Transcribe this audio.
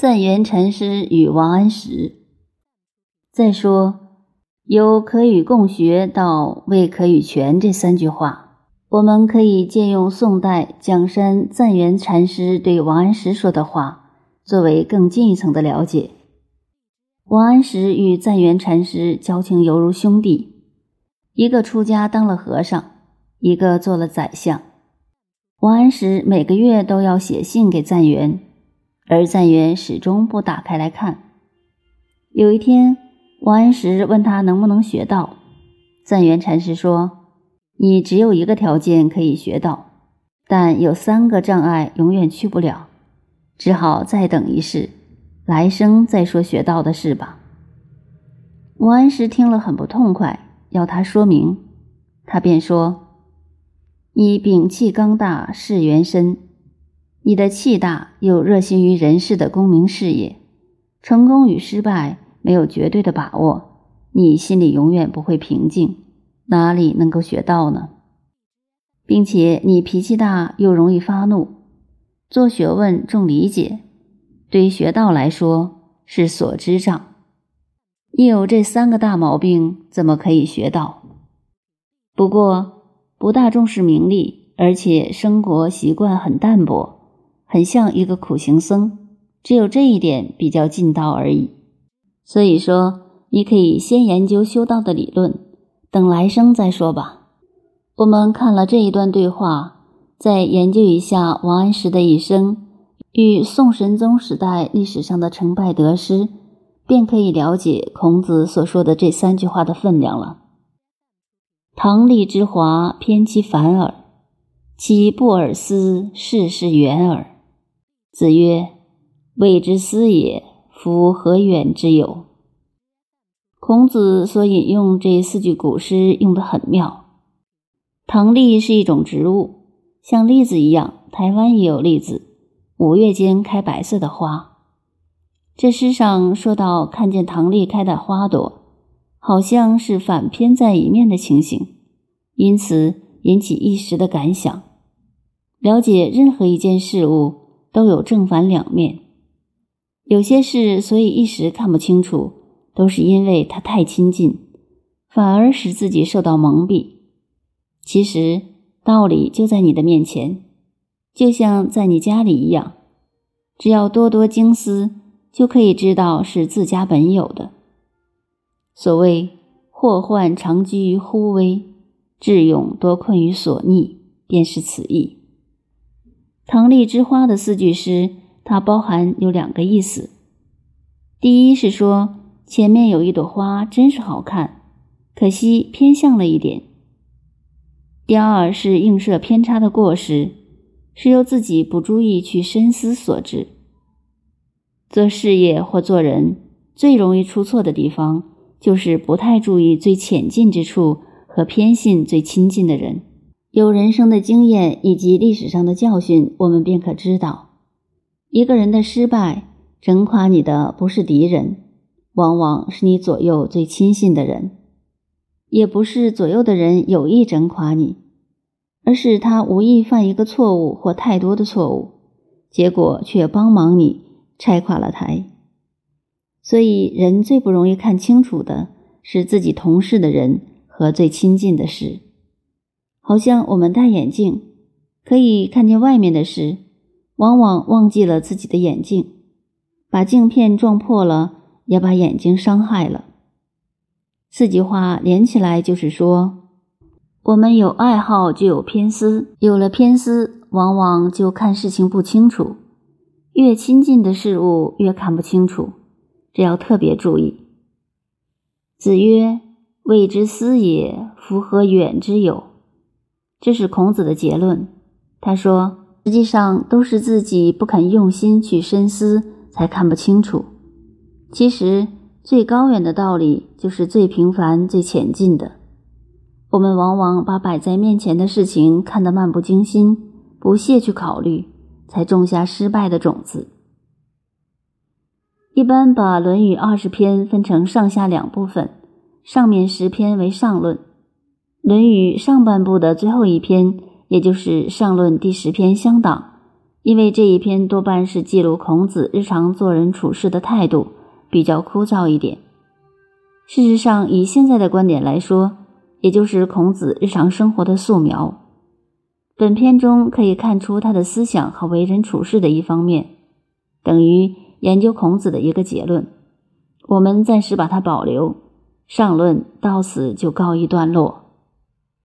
赞元禅师与王安石。再说，有可与共学到未可与全这三句话，我们可以借用宋代蒋山赞元禅师对王安石说的话，作为更进一层的了解。王安石与赞元禅师交情犹如兄弟，一个出家当了和尚，一个做了宰相。王安石每个月都要写信给赞元，而赞元始终不打开来看。有一天，王安石问他能不能学道，赞元禅师说：你只有一个条件可以学道，但有3个障碍永远去不了，只好再等一世，来生再说学道的事吧。王安石听了很不痛快，要他说明。他便说：你摒气刚大，事缘深，你的气大，又热心于人世的功名事业，成功与失败没有绝对的把握，你心里永远不会平静，哪里能够学道呢？并且你脾气大，又容易发怒，做学问重理解，对于学道来说是所知障。你有这3个大毛病，怎么可以学道？不过不大重视名利，而且生活习惯很淡薄，很像一个苦行僧，只有这一点比较近道而已。所以说，你可以先研究修道的理论，等来生再说吧。我们看了这一段对话，再研究一下王安石的一生与宋神宗时代历史上的成败得失，便可以了解孔子所说的这3句话的分量了。唐立之华，偏其反耳，其不尔思，事事远耳。子曰：谓之思也，夫何远之有？孔子所引用这4句古诗用得很妙。唐栗是一种植物，像栗子一样，台湾也有栗子，5月间开白色的花。这诗上说到看见唐栗开的花朵，好像是反偏在一面的情形，因此引起一时的感想。了解任何一件事物都有正反两面，有些事所以一时看不清楚，都是因为它太亲近，反而使自己受到蒙蔽。其实道理就在你的面前，就像在你家里一样，只要多多经思，就可以知道是自家本有的。所谓祸患常居于忽微，智勇多困于所逆，便是此意。唐栗之花的4句诗，它包含有2个意思。第一是说，前面有一朵花真是好看，可惜偏向了一点。第二是映射偏差的过失，是由自己不注意去深思所致。做事业或做人，最容易出错的地方，就是不太注意最浅近之处和偏信最亲近的人。有人生的经验以及历史上的教训，我们便可知道，一个人的失败，整垮你的不是敌人，往往是你左右最亲信的人，也不是左右的人有意整垮你，而是他无意犯一个错误或太多的错误，结果却帮忙你拆垮了台。所以人最不容易看清楚的是自己同事的人和最亲近的事。好像我们戴眼镜，可以看见外面的事，往往忘记了自己的眼镜，把镜片撞破了，也把眼睛伤害了。4句话连起来就是说，我们有爱好就有偏私，有了偏私，往往就看事情不清楚，越亲近的事物越看不清楚，这要特别注意。子曰：谓之思也，夫何远之有？这是孔子的结论。他说，实际上都是自己不肯用心去深思，才看不清楚。其实最高远的道理，就是最平凡最浅近的。我们往往把摆在面前的事情看得漫不经心，不屑去考虑，才种下失败的种子。一般把《论语》20篇分成上下2部分，上面10篇为上论。《论语》上半部的最后一篇，也就是上论第10篇乡党， 因为这一篇多半是记录孔子日常做人处事的态度，比较枯燥一点。事实上，以现在的观点来说，也就是孔子日常生活的素描。本篇中可以看出他的思想和为人处事的一方面，等于研究孔子的一个结论。我们暂时把它保留，上论到此就告一段落。